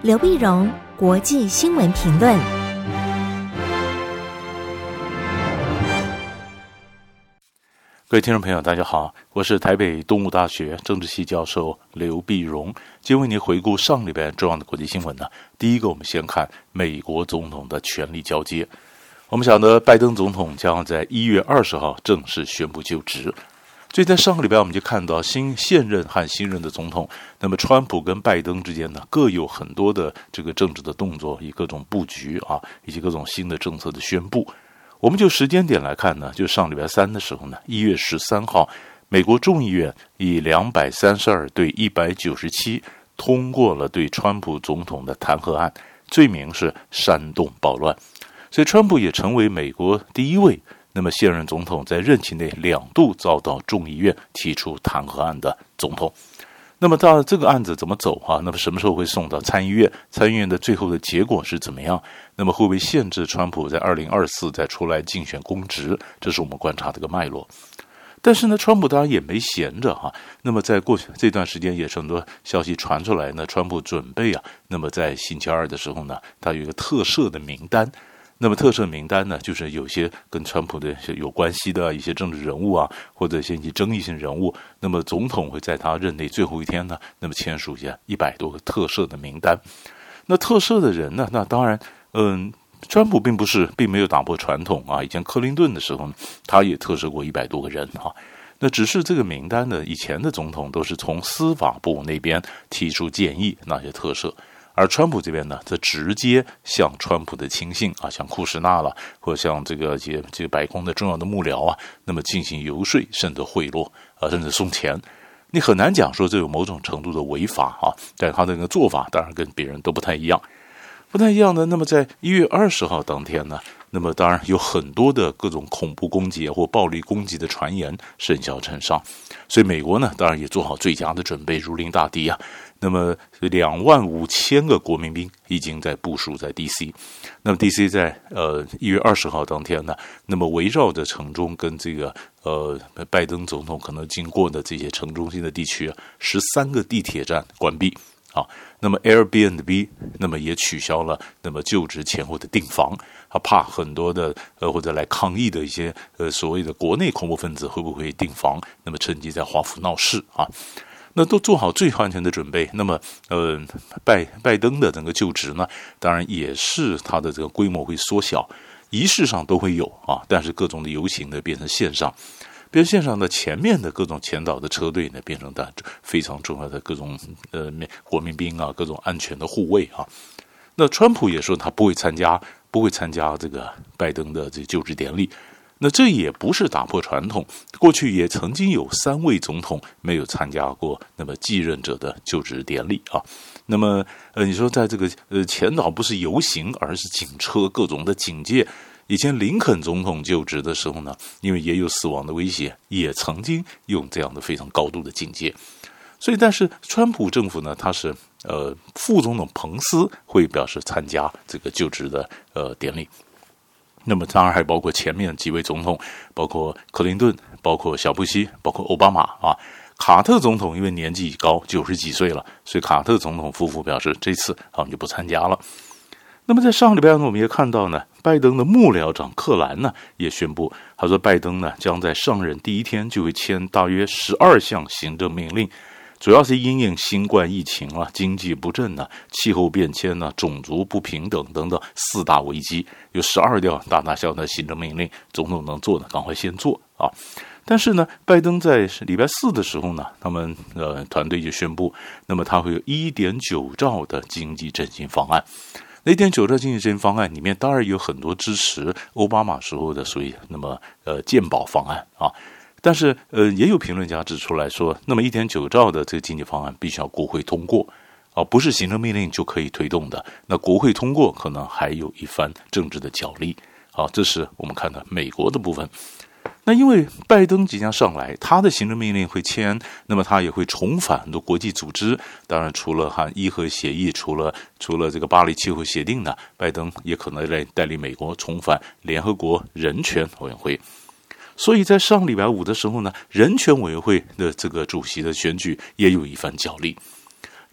刘必荣国际新闻评论。 各位听众朋友大家好，我是台北东吴大学政治系教授刘必荣，今天为您回顾上礼拜重要的国际新闻呢。第一个，我们先看美国总统的权力交接。我们晓得拜登总统将在1月20号正式宣布就职，所以在上个礼拜我们就看到现任和新任的总统，那么川普跟拜登之间呢各有很多的这个政治的动作，以各种布局以及各种新的政策的宣布。我们就时间点来看呢，就上礼拜三的时候呢，1月13号，美国众议院以232对197通过了对川普总统的弹劾案，罪名是煽动暴乱。所以川普也成为美国第一位那么现任总统在任期内2度遭到众议院提出弹劾案的总统。那么到这个案子怎么走那么什么时候会送到参议院？参议院的最后的结果是怎么样？那么会不会限制川普在2024再出来竞选公职？这是我们观察这个脉络。但是呢，川普当然也没闲着那么在过去这段时间也是很多消息传出来呢，川普准备那么在星期二的时候呢，他有一个特赦的名单。那么特赦名单呢，就是有些跟川普的有关系的一些政治人物或者一些争议性人物，那么总统会在他任内最后一天呢，那么签署下100多个特赦的名单。那特赦的人呢，那当然川普并没有打破传统以前克林顿的时候他也特赦过100多个人那只是这个名单呢，以前的总统都是从司法部那边提出建议那些特赦，而川普这边呢，则直接向川普的亲信像库什纳了，或者像这个白宫的重要的幕僚那么进行游说，甚至贿赂甚至送钱。你很难讲说这有某种程度的违法但他的那个做法当然跟别人都不太一样。的，那么在1月20号当天呢，那么当然有很多的各种恐怖攻击或暴力攻击的传言甚嚣尘上，所以美国呢，当然也做好最佳的准备，如临大敌那么25000个国民兵已经在部署在 DC。 那么 DC 在1月20号当天呢，那么围绕着城中跟这个拜登总统可能经过的这些城中心的地区13个地铁站关闭那么 Airbnb 那么也取消了那么就职前后的订房，他怕很多的或者来抗议的一些所谓的国内恐怖分子会不会订房，那么趁机在华府闹事那都做好最完全的准备。那么拜登的整个就职呢，当然也是他的这个规模会缩小，仪式上都会有但是各种的游行呢变成线上。线上的前面的各种前导的车队呢，变成非常重要的各种国民兵各种安全的护卫那川普也说他不会参加这个拜登的这就职典礼。那这也不是打破传统，过去也曾经有3位总统没有参加过那么继任者的就职典礼那么你说在这个前导不是游行，而是警车各种的警戒。以前林肯总统就职的时候呢，因为也有死亡的威胁，也曾经用这样的非常高度的警戒。所以但是川普政府呢，他是副总统彭斯会表示参加这个就职的典礼。那么当然还包括前面几位总统，包括克林顿，包括小布希，包括奥巴马卡特总统因为年纪已高，90几岁了，所以卡特总统夫妇表示这次我们就不参加了。那么在上个礼拜呢，我们也看到呢，拜登的幕僚长克兰呢也宣布，他说拜登呢将在上任第一天就会签大约12项行政命令，主要是因应新冠疫情经济不振气候变迁种族不平等等等4大危机，有12条大大小小的行政命令，总统能做的赶快先做但是呢，拜登在礼拜4的时候呢，他们团队就宣布，那么他会有1.9兆的经济振兴方案。1.9兆经济振兴方案里面当然有很多支持奥巴马时候的所谓那么健保方案但是也有评论家指出来说，那么1.9兆的这个经济方案必须要国会通过不是行政命令就可以推动的，那国会通过可能还有一番政治的角力这是我们看到美国的部分。那因为拜登即将上来，他的行政命令会签，那么他也会重返很多国际组织，当然除了和伊核协议，除了这个巴黎气候协定呢，拜登也可能来带领美国重返联合国人权委员会。所以在上礼拜5的时候呢，人权委员会的这个主席的选举也有一番角力。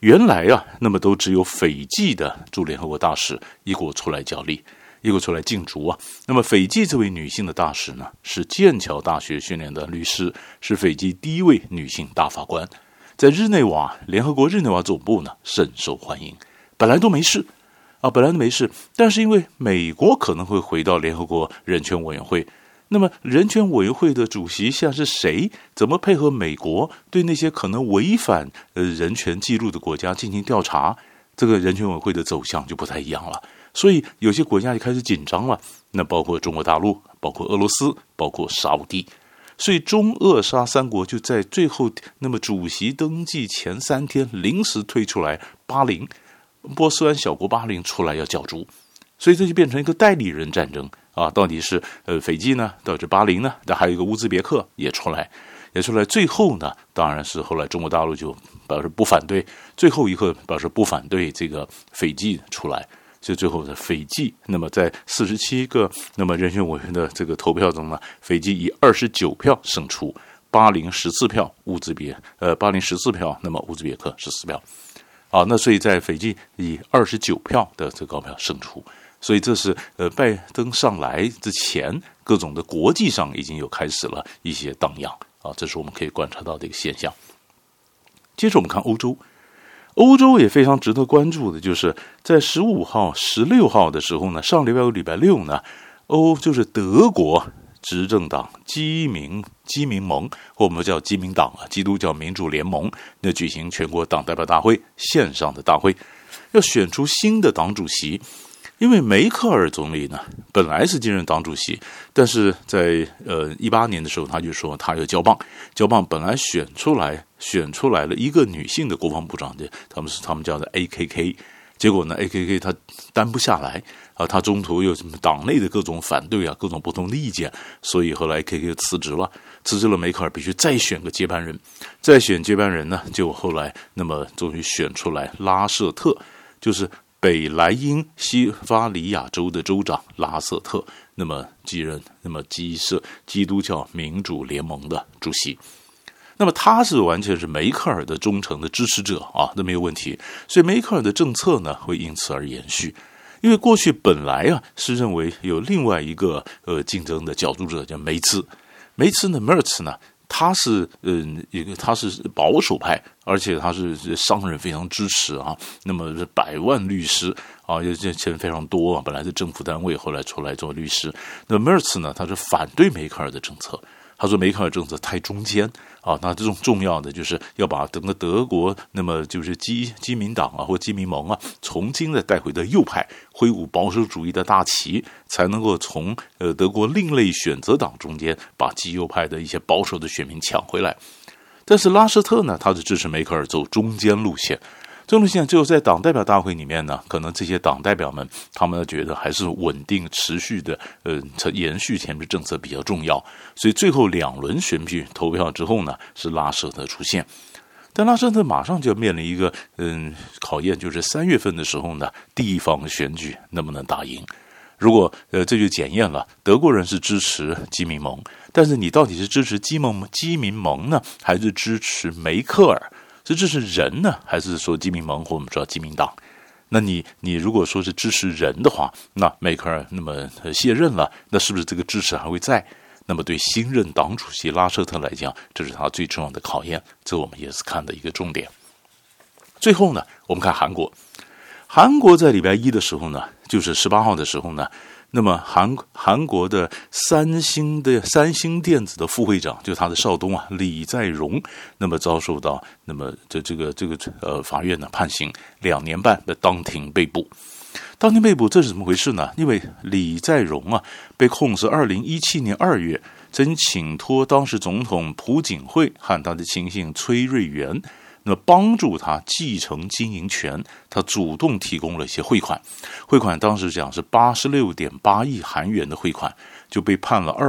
原来啊，那么都只有斐济的驻联合国大使一国出来角力，一国出来竞逐啊。那么斐济这位女性的大使呢，是剑桥大学训练的律师，是斐济第一位女性大法官，在日内瓦联合国日内瓦总部呢深受欢迎。本来都没事啊，但是因为美国可能会回到联合国人权委员会，那么人权委员会的主席现在是谁？怎么配合美国对那些可能违反人权记录的国家进行调查？这个人权委员会的走向就不太一样了。所以有些国家就开始紧张了，那包括中国大陆，包括俄罗斯，包括沙烏地。所以中俄沙三国就在最后那么主席登记前3天临时推出来巴林，波斯湾小国巴林出来要角逐，所以这就变成一个代理人战争啊！到底是斐济呢？到底是巴林呢？但还有一个乌兹别克也出来。最后呢，当然是后来中国大陆就表示不反对，最后一刻表示不反对这个斐济出来。所以最后的斐济，那么在47个那么人权委员的这个投票中呢，斐济以29票胜出，巴林14票，巴林14票，那么乌兹别克14票。啊，那所以在斐济以29票的这个高票胜出，所以这是拜登上来之前，各种的国际上已经有开始了一些荡漾啊，这是我们可以观察到的一个现象。接着我们看欧洲。欧洲也非常值得关注的，就是在15号、16号的时候呢，上礼拜五礼拜六呢，就是德国执政党基民盟，或我们叫基民党啊，基督教民主联盟，那举行全国党代表大会，线上的大会，要选出新的党主席。因为梅克尔总理呢，本来是继任党主席，但是在18年的时候，他就说他要交棒，本来选出来了一个女性的国防部长的，他们叫的 AKK， 结果呢 AKK 他担不下来啊，他中途有什么党内的各种反对啊，各种不同的意见，所以后来 AKK 辞职了，梅克尔必须再选个接班人，呢，就后来那么终于选出来拉舍特，就是北莱茵西法里亚州的州长拉瑟特，那么继任基督教民主联盟的主席。那么他是完全是梅克尔的忠诚的支持者啊，这没有问题。所以梅克尔的政策呢会因此而延续。因为过去本来啊是认为有另外一个竞争的角逐者叫梅茨呢 Merz 呢。他是保守派，而且他是商人非常支持啊。那么是100万律师啊，这钱非常多啊。本来是政府单位，后来出来做律师。那 Merz 呢，他是反对梅克尔的政策。他说梅克尔政策太中间啊，那这种重要的就是要把整个德国，那么就是基民党啊或基民盟啊，重新的带回到右派，挥舞保守主义的大旗，才能够从德国另类选择党中间把极右派的一些保守的选民抢回来。但是拉舍特呢，他是支持梅克尔走中间路线。这种路线只有在党代表大会里面呢，可能这些党代表们他们觉得还是稳定持续的延续前面政策比较重要，所以最后2轮选举投票之后呢，是拉舍特出现。但拉舍特马上就要面临一个考验，就是3月份的时候呢，地方选举能不能打赢。如果这就检验了德国人是支持基民盟，但是你到底是支持基民盟呢，还是支持梅克尔？是支持人呢，还是说基民盟或我们说基民党？那你如果说是支持人的话，那梅克尔那么卸任了，那是不是这个支持还会在？那么对新任党主席拉舍特来讲，这是他最重要的考验，这我们也是看的一个重点。最后呢，我们看韩国在礼拜一的时候呢，就是18号的时候呢，那么韩国的三星电子的副会长，就是他的少东啊李在镕，那么遭受到那么这个法院呢判刑2年半的当庭被捕。这是怎么回事呢？因为李在镕啊被控是2017年2月曾请托当时总统朴槿惠和他的亲信崔瑞元，那么帮助他继承经营权，他主动提供了一些汇款当时讲是86.8亿韩元的汇款，就被判了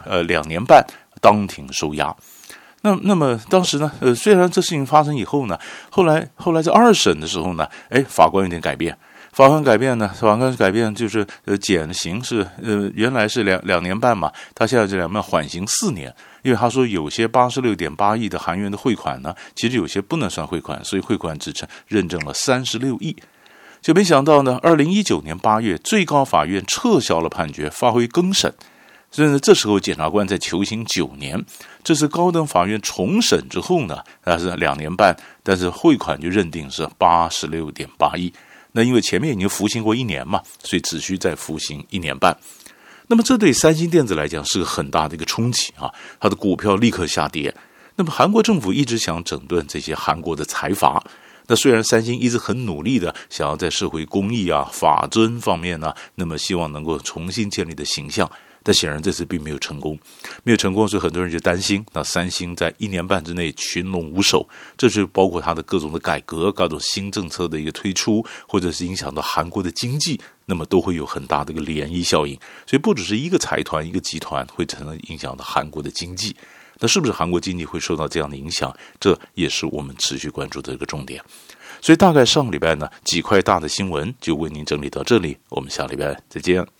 2年半当庭收押。那么当时呢，虽然这事情发生以后呢，后来在2审的时候呢，法官有点改变。法官改变就是减刑是原来是2年半嘛，他现在这2年缓刑4年， 因为他说有些86.8亿的韩元的汇款呢，其实有些不能算汇款，所以汇款只认证了36亿。就没想到呢，2019年8月，最高法院撤销了判决，发回更审。所以呢，这时候检察官在求刑9年，这是高等法院重审之后呢，那是2年半，但是汇款就认定是86.8亿。那因为前面已经服刑过1年嘛，所以只需再服刑1年半。那么这对三星电子来讲是个很大的一个冲击啊，它的股票立刻下跌。那么韩国政府一直想整顿这些韩国的财阀。那虽然三星一直很努力的想要在社会公益啊、法尊方面呢，那么希望能够重新建立的形象，但显然这次并没有成功，所以很多人就担心，那三星在1年半之内群龙无首，这就包括它的各种的改革、各种新政策的一个推出，或者是影响到韩国的经济，那么都会有很大的一个涟漪效应。所以不只是一个财团、一个集团会产生影响到韩国的经济。那是不是韩国经济会受到这样的影响？这也是我们持续关注的一个重点。所以大概上个礼拜呢，几块大的新闻就为您整理到这里，我们下礼拜再见。